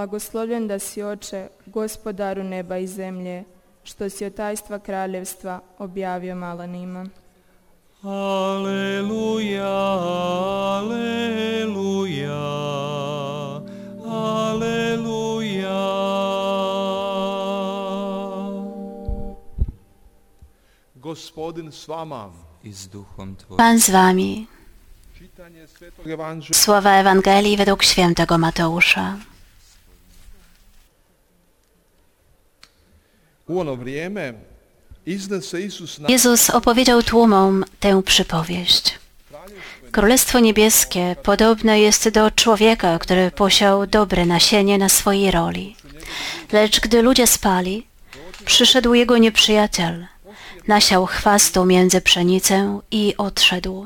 Blagoslovljen da si Oče, Gospodaru neba i zemlje, što si od tajstva kraljevstva objavio malanima. Aleluja, aleluja, aleluja. Gospodin s vama. I z duchom Twoim. Pan z wami. Čitanje Svetog Evanđelja Słowa Ewangelii według świętego Mateusza. u ono vrijeme iznese Isus na Jezus opowiedział tłumom tę przypowieść. Królestwo niebieskie podobne jest do człowieka, który posiał dobre nasienie na swojej roli. Lecz gdy ludzie spali, przyszedł jego nieprzyjaciel, nasiał chwastu między pszenicę i odszedł.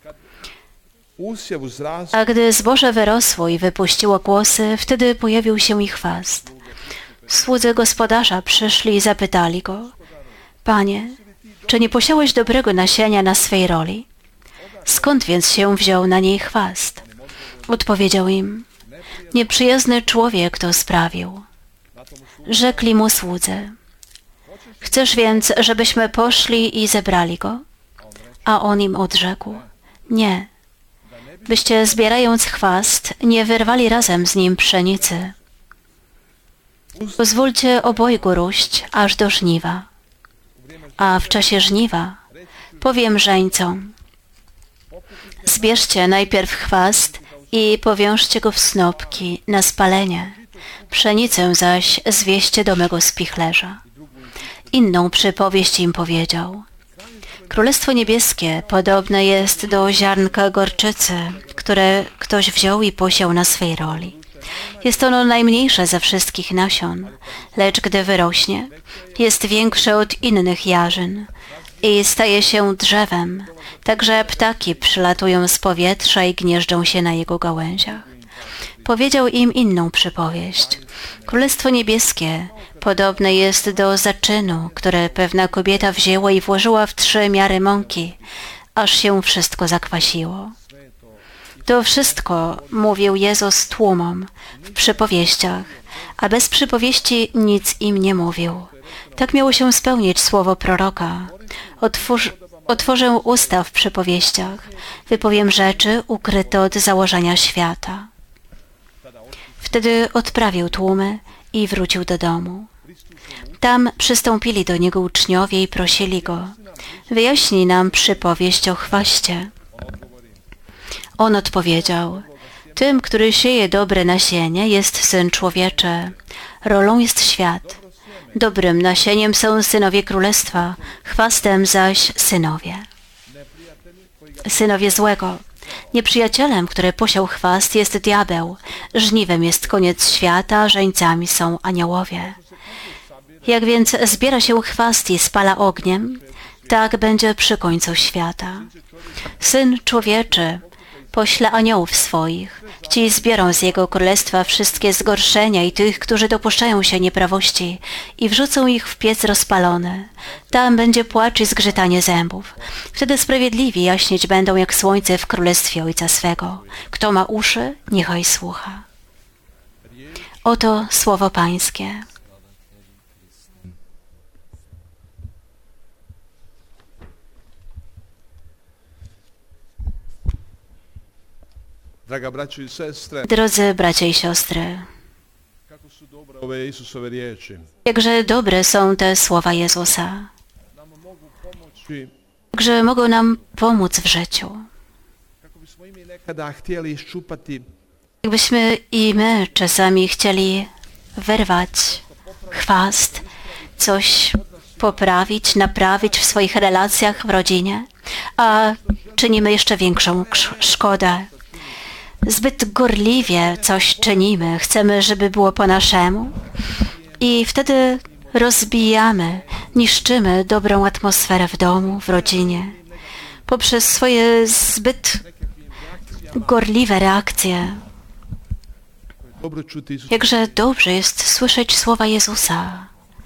usjevu zrastu A gdy zboże wyrosło i wypuściło głosy, wtedy pojawił się i chwast. Słudzy gospodarza przyszli i zapytali go: Panie, czy nie posiałeś dobrego nasienia na swej roli? Skąd więc się wziął na niej chwast? Odpowiedział im: nieprzyjazny człowiek to sprawił. Rzekli mu słudzy: chcesz więc, żebyśmy poszli i zebrali go? A on im odrzekł: nie, byście zbierając chwast nie wyrwali razem z nim pszenicy. Pozwólcie obojgu róść aż do żniwa. A w czasie żniwa powiem żeńcom: zbierzcie najpierw chwast i powiążcie go w snopki na spalenie, pszenicę zaś zwieźcie do mego spichlerza. Inną przypowieść im powiedział: Królestwo niebieskie podobne jest do ziarnka gorczycy, które ktoś wziął i posiał na swej roli. Jest ono najmniejsze ze wszystkich nasion, lecz gdy wyrośnie, jest większe od innych jarzyn i staje się drzewem, tak że ptaki przylatują z powietrza i gnieżdżą się na jego gałęziach. Powiedział im inną przypowieść. Królestwo niebieskie podobne jest do zaczynu, które pewna kobieta wzięła i włożyła w 3 miary mąki, aż się wszystko zakwasiło. To wszystko mówił Jezus tłumom w przypowieściach, a bez przypowieści nic im nie mówił. Tak miało się spełnić słowo proroka. Otworzę usta w przypowieściach, wypowiem rzeczy ukryte od założenia świata. Wtedy odprawił tłumy i wrócił do domu. Tam przystąpili do niego uczniowie i prosili go: wyjaśnij nam przypowieść o chwaście. On odpowiedział: tym, który sieje dobre nasienie, jest Syn Człowieczy. Rolą jest świat. Dobrym nasieniem są synowie królestwa, chwastem zaś synowie złego. Nieprzyjacielem, który posiał chwast, jest diabeł. Żniwem jest koniec świata, żeńcami są aniołowie. Jak więc zbiera się chwast i spala ogniem, tak będzie przy końcu świata. Syn Człowieczy pośle aniołów swoich. Ci zbiorą z jego królestwa wszystkie zgorszenia i tych, którzy dopuszczają się nieprawości, i wrzucą ich w piec rozpalony. Tam będzie płacz i zgrzytanie zębów. Wtedy sprawiedliwi jaśnieć będą jak słońce w królestwie Ojca swego. Kto ma uszy, niechaj słucha. Oto słowo Pańskie. Draga braćo i sestre, Drodzy bracia i siostry, kako su dobre ove Isusove riječi. jakże dobre są te słowa Jezusa, Nam mogu pomoći jakże mogą nam pomóc w życiu. kako bismo i mi nekada htjeli iščupati Jakbyśmy i my czasami chcieli wyrwać chwast, coś poprawić, naprawić w swoich relacjach w rodzinie, a czynimy jeszcze większą szkodę. Zbyt gorliwie coś czynimy, chcemy, żeby było po naszemu i wtedy rozbijamy, niszczymy dobrą atmosferę w domu, w rodzinie, poprzez swoje zbyt gorliwe reakcje. dobro čuti Isus. Jakże dobrze jest słyszeć słowa Jezusa.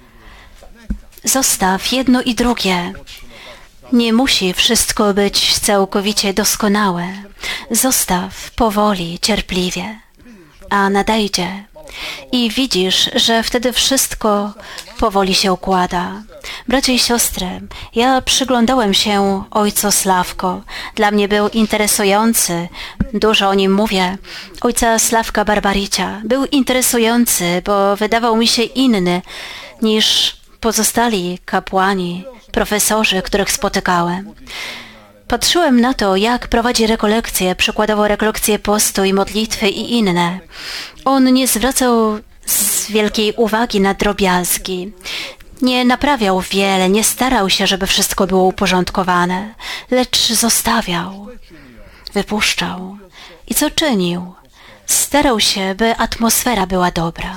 Zostaw jedno i drugie. Nie musi wszystko być całkowicie doskonałe. Zostaw powoli, cierpliwie. A nadejdzie I widzisz, że wtedy wszystko powoli się układa. Bracia i siostry, ja przyglądałem się ojcu Sławko. Dla mnie był interesujący, dużo o nim mówię. Ojca Sławka Barbaricia. Był interesujący, bo wydawał mi się inny niż pozostali kapłani, profesorzy, których spotykałem. Patrzyłem na to, jak prowadzi rekolekcje, przykładowo rekolekcje postu i modlitwy i inne. On nie zwracał z wielkiej uwagi na drobiazgi. Nie naprawiał wiele, nie starał się, żeby wszystko było uporządkowane, lecz zostawiał, wypuszczał. I co czynił? Starał się, by atmosfera była dobra.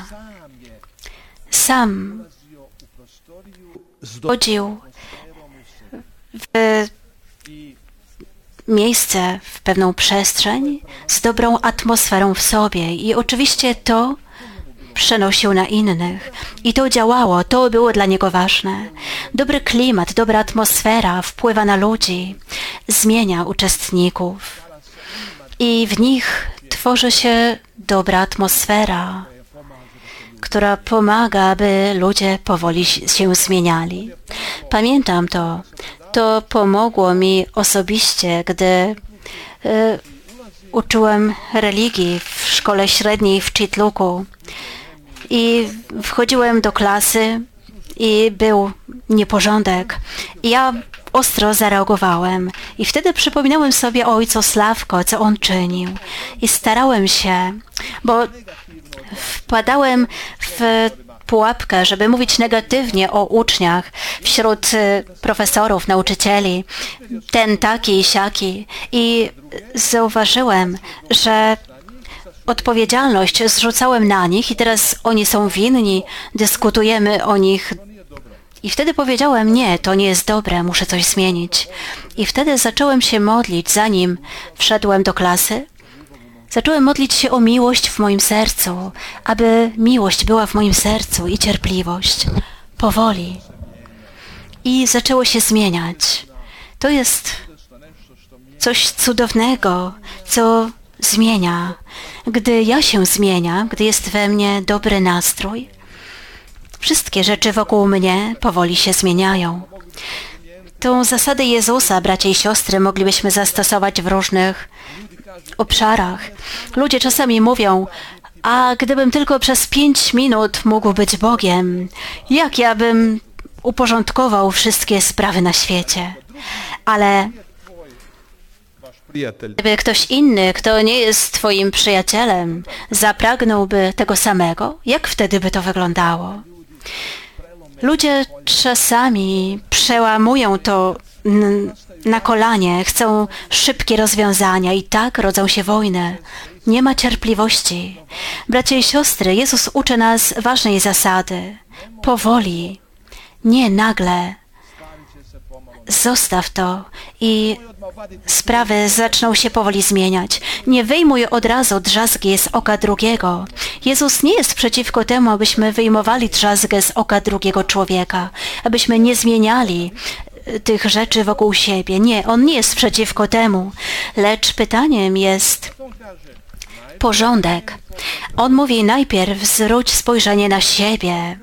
Sam chodził w miejsce, w pewną przestrzeń z dobrą atmosferą w sobie i oczywiście to przenosił na innych. I to działało, to było dla niego ważne. Dobry klimat, dobra atmosfera wpływa na ludzi, zmienia uczestników i w nich tworzy się dobra atmosfera, która pomaga, aby ludzie powoli się zmieniali. Pamiętam to. To pomogło mi osobiście, gdy uczyłem religii w szkole średniej w Chitluku i wchodziłem do klasy i był nieporządek. I ja ostro zareagowałem i wtedy przypominałem sobie o ojcu Sławko, co on czynił. I starałem się, bo wpadałem w pułapkę, żeby mówić negatywnie o uczniach wśród profesorów, nauczycieli, ten taki i siaki. I zauważyłem, że odpowiedzialność zrzucałem na nich i teraz oni są winni, dyskutujemy o nich. I wtedy powiedziałem, nie, to nie jest dobre, muszę coś zmienić. I wtedy zacząłem się modlić, zanim wszedłem do klasy. Zacząłem modlić się o miłość w moim sercu, aby miłość była w moim sercu i cierpliwość. Powoli. I zaczęło się zmieniać. To jest coś cudownego, co zmienia. Gdy ja się zmieniam, gdy jest we mnie dobry nastrój, wszystkie rzeczy wokół mnie powoli się zmieniają. Tą zasadę Jezusa, bracia i siostry, moglibyśmy zastosować w różnych obszarach. Ludzie czasami mówią, a gdybym tylko przez 5 minut mógł być Bogiem, jak ja bym uporządkował wszystkie sprawy na świecie. Ale gdyby ktoś inny, kto nie jest twoim przyjacielem, zapragnąłby tego samego, jak wtedy by to wyglądało? Ludzie czasami przełamują to na kolanie, chcą szybkie rozwiązania i tak rodzą się wojny. Nie ma cierpliwości. Bracia i siostry, Jezus uczy nas ważnej zasady. Powoli, nie nagle. Zostaw to i sprawy zaczną się powoli zmieniać. Nie wyjmuj od razu drzazgi z oka drugiego. Jezus nie jest przeciwko temu, abyśmy wyjmowali drzazgę z oka drugiego człowieka, abyśmy nie zmieniali tych rzeczy wokół siebie. Nie, On nie jest przeciwko temu. Lecz pytaniem jest porządek. On mówi najpierw zwróć spojrzenie na siebie.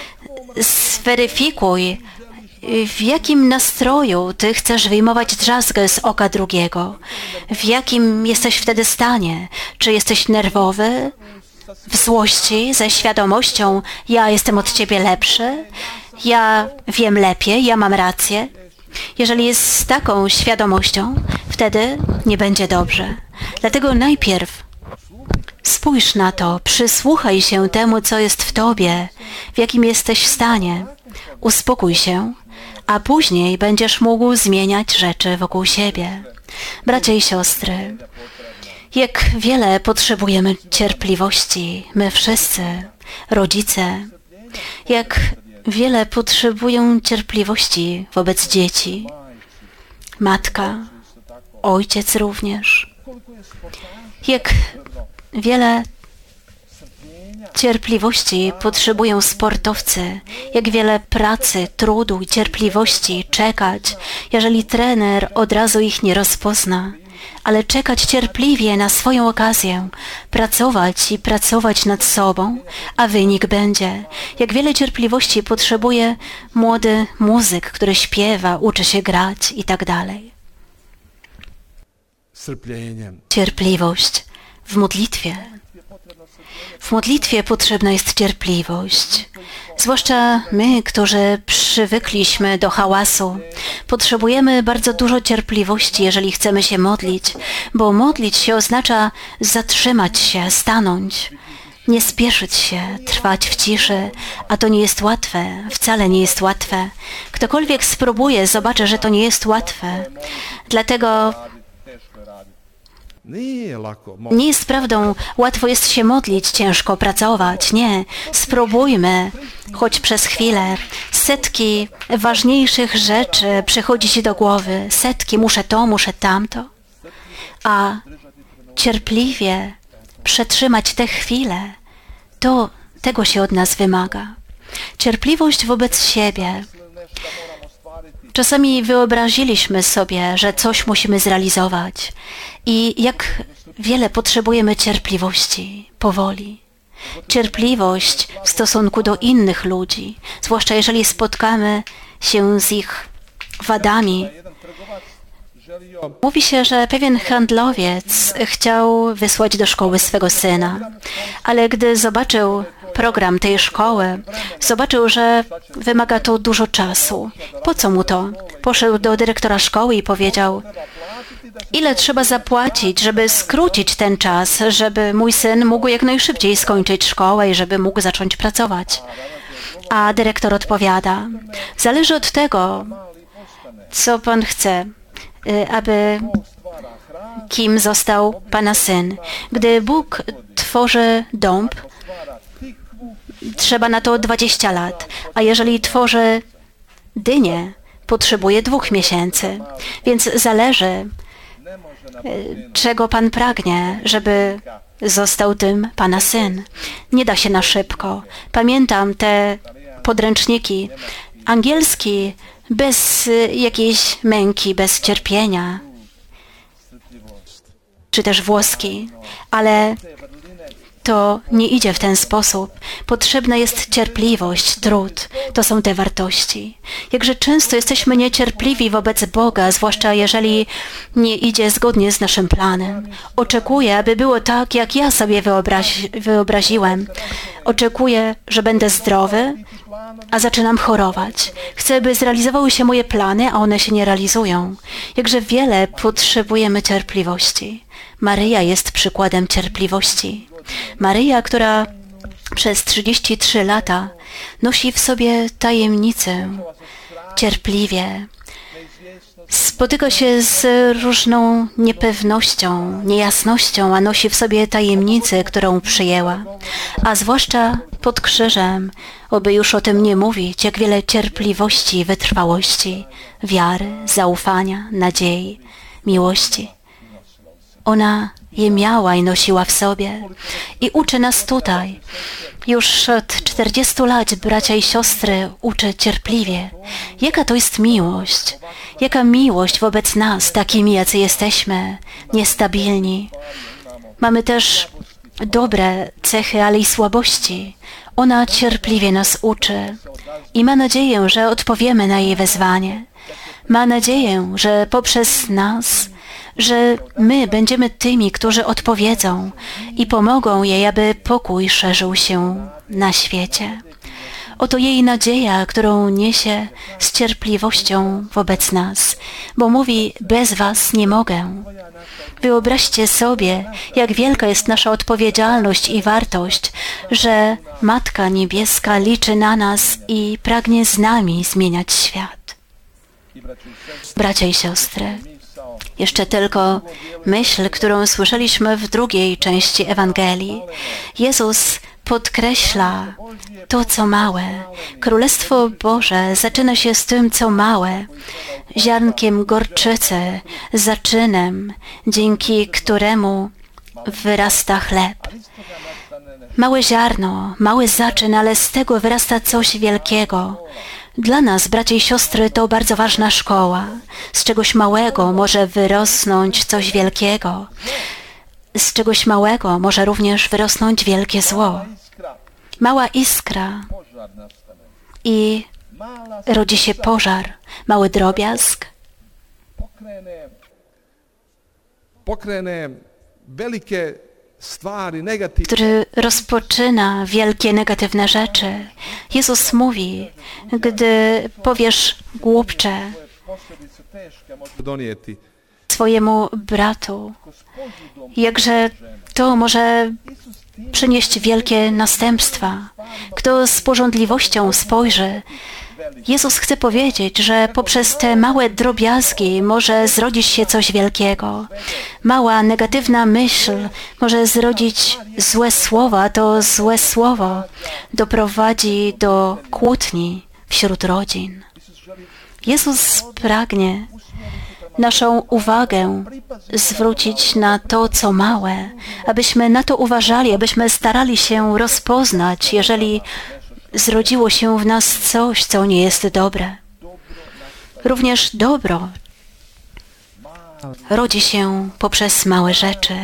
Zweryfikuj, w jakim nastroju ty chcesz wyjmować drzazgę z oka drugiego. W jakim jesteś wtedy stanie? Czy jesteś nerwowy? W złości, ze świadomością, ja jestem od ciebie lepszy? Ja wiem lepiej, ja mam rację? Jeżeli jest z taką świadomością, wtedy nie będzie dobrze. Dlatego najpierw spójrz na to, przysłuchaj się temu, co jest w tobie, w jakim jesteś stanie. Uspokój się, a później będziesz mógł zmieniać rzeczy wokół siebie. Bracia i siostry, jak wiele potrzebujemy cierpliwości, my wszyscy, rodzice, jak wiele potrzebują cierpliwości wobec dzieci, matka, ojciec również. Jak wiele cierpliwości potrzebują sportowcy, jak wiele pracy, trudu i cierpliwości czekać, jeżeli trener od razu ich nie rozpozna. ale czekać cierpliwie na swoją okazję, pracować i pracować nad sobą, a wynik będzie. Jak wiele cierpliwości potrzebuje młody muzyk, który śpiewa, uczy się grać i tak dalej. Cierpliwość w modlitwie. W modlitwie potrzebna jest cierpliwość. Zwłaszcza my, którzy przywykliśmy do hałasu, potrzebujemy bardzo dużo cierpliwości, jeżeli chcemy się modlić, bo modlić się oznacza zatrzymać się, stanąć, nie spieszyć się, trwać w ciszy, a to nie jest łatwe, wcale nie jest łatwe. Ktokolwiek spróbuje, zobaczy, że to nie jest łatwe. Dlatego nie jest prawdą, łatwo jest się modlić, ciężko pracować. Nie, spróbujmy, choć przez chwilę. Setki ważniejszych rzeczy przychodzi ci do głowy. Setki, muszę to, muszę tamto. A cierpliwie przetrzymać te chwile, tego się od nas wymaga. Cierpliwość wobec siebie. Czasami wyobraziliśmy sobie, że coś musimy zrealizować i jak wiele potrzebujemy cierpliwości, powoli. Cierpliwość w stosunku do innych ludzi, zwłaszcza jeżeli spotkamy się z ich wadami. Mówi się, że pewien handlowiec chciał wysłać do szkoły swego syna, ale gdy zobaczył program tej szkoły, zobaczył, że wymaga to dużo czasu. Po co mu to? Poszedł do dyrektora szkoły i powiedział: ile trzeba zapłacić, żeby skrócić ten czas, żeby mój syn mógł jak najszybciej skończyć szkołę i żeby mógł zacząć pracować? A dyrektor odpowiada: zależy od tego, co pan chce, aby kim został pana syn. Gdy Bóg tworzy dąb, trzeba na to 20 lat, a jeżeli tworzy dynię, potrzebuje 2 miesięcy. Więc zależy, czego pan pragnie, żeby został tym pana syn. Nie da się na szybko. Pamiętam te podręczniki. Angielski bez jakiejś męki, bez cierpienia, czy też włoski, ale to nie idzie w ten sposób. Potrzebna jest cierpliwość, trud. To są te wartości. Jakże często jesteśmy niecierpliwi wobec Boga, zwłaszcza jeżeli nie idzie zgodnie z naszym planem. Oczekuję, aby było tak, jak ja sobie wyobraziłem. Oczekuję, że będę zdrowy, a zaczynam chorować. Chcę, by zrealizowały się moje plany, a one się nie realizują. Jakże wiele potrzebujemy cierpliwości. Maryja jest przykładem cierpliwości. Maryja, która przez 33 lata nosi w sobie tajemnicę, cierpliwie spotyka się z różną niepewnością, niejasnością, a nosi w sobie tajemnicę, którą przyjęła. A zwłaszcza pod krzyżem, oby już o tym nie mówić, jak wiele cierpliwości, wytrwałości, wiary, zaufania, nadziei, miłości. Ona je miała i nosiła w sobie i uczy nas tutaj. Już od 40 lat, bracia i siostry, uczy cierpliwie. Jaka to jest miłość? Jaka miłość wobec nas, takimi jacy jesteśmy, niestabilni. Mamy też dobre cechy, ale i słabości. Ona cierpliwie nas uczy i ma nadzieję, że odpowiemy na jej wezwanie. Ma nadzieję, że poprzez nas, że my będziemy tymi, którzy odpowiedzą i pomogą jej, aby pokój szerzył się na świecie. Oto jej nadzieja, którą niesie z cierpliwością wobec nas, bo mówi: bez was nie mogę. Wyobraźcie sobie, jak wielka jest nasza odpowiedzialność i wartość, że Matka Niebieska liczy na nas i pragnie z nami zmieniać świat. Bracia i siostry, jeszcze tylko myśl, którą słyszeliśmy w drugiej części Ewangelii. Jezus podkreśla to, co małe. Królestwo Boże zaczyna się z tym, co małe, ziarnkiem gorczycy, zaczynem, dzięki któremu wyrasta chleb. Małe ziarno, mały zaczyn, ale z tego wyrasta coś wielkiego. Dla nas, bracia i siostry, to bardzo ważna szkoła. Z czegoś małego może wyrosnąć coś wielkiego. Z czegoś małego może również wyrosnąć wielkie zło. Mała iskra i rodzi się pożar, mały drobiazg, pokrene velike stvari, negativne. który rozpoczyna wielkie negatywne rzeczy. Jezus mówi, gdy powiesz głupcze Posljedice teške može donijeti. swojemu bratu, jakże to może przynieść wielkie następstwa. Kto z pożądliwością spojrzy, Jezus chce powiedzieć, że poprzez te małe drobiazgi może zrodzić się coś wielkiego. Mała, negatywna myśl może zrodzić złe słowa, a to złe słowo doprowadzi do kłótni wśród rodzin. Jezus pragnie naszą uwagę zwrócić na to, co małe, abyśmy na to uważali, abyśmy starali się rozpoznać, jeżeli zrodziło się w nas coś, co nie jest dobre. Również dobro rodzi się poprzez małe rzeczy.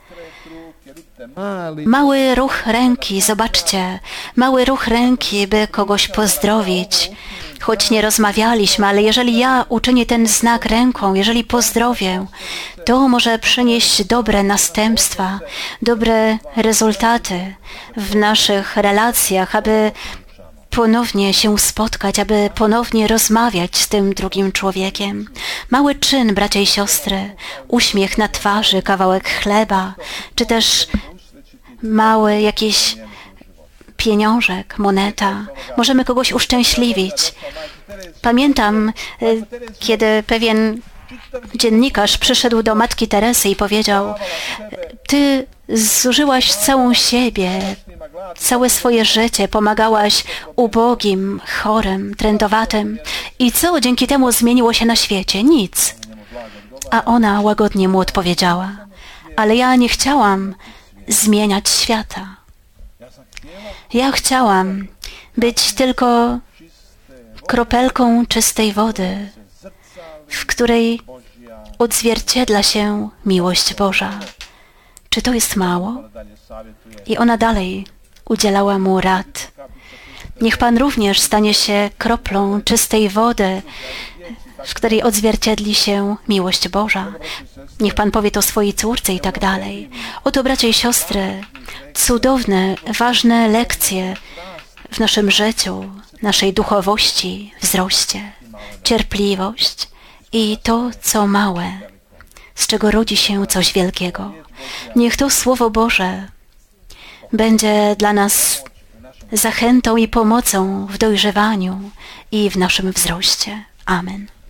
Mały ruch ręki, zobaczcie, mały ruch ręki, by kogoś pozdrowić. Choć nie rozmawialiśmy, ale jeżeli ja uczynię ten znak ręką, jeżeli pozdrowię, to może przynieść dobre następstwa, dobre rezultaty w naszych relacjach, aby ponownie się spotkać, aby ponownie rozmawiać z tym drugim człowiekiem. Mały czyn, bracia i siostry, uśmiech na twarzy, kawałek chleba, czy też mały jakiś pieniążek, moneta. Możemy kogoś uszczęśliwić. Pamiętam, kiedy pewien dziennikarz przyszedł do matki Teresy i powiedział: ty zużyłaś całą siebie, całe swoje życie, pomagałaś ubogim, chorym, trędowatym. I co dzięki temu zmieniło się na świecie? Nic. A ona łagodnie mu odpowiedziała: ale ja nie chciałam zmieniać świata. Ja chciałam być tylko kropelką czystej wody, w której odzwierciedla się miłość Boża. Czy to jest mało? I ona dalej udzielała mu rad. Niech Pan również stanie się kroplą czystej wody, w której odzwierciedli się miłość Boża. Niech Pan powie to swojej córce i tak dalej. Oto, bracia i siostry, cudowne, ważne lekcje w naszym życiu, naszej duchowości, wzroście, cierpliwość i to, co małe, z czego rodzi się coś wielkiego. Niech to Słowo Boże będzie dla nas zachętą i pomocą w dojrzewaniu i w naszym wzroście. Amen.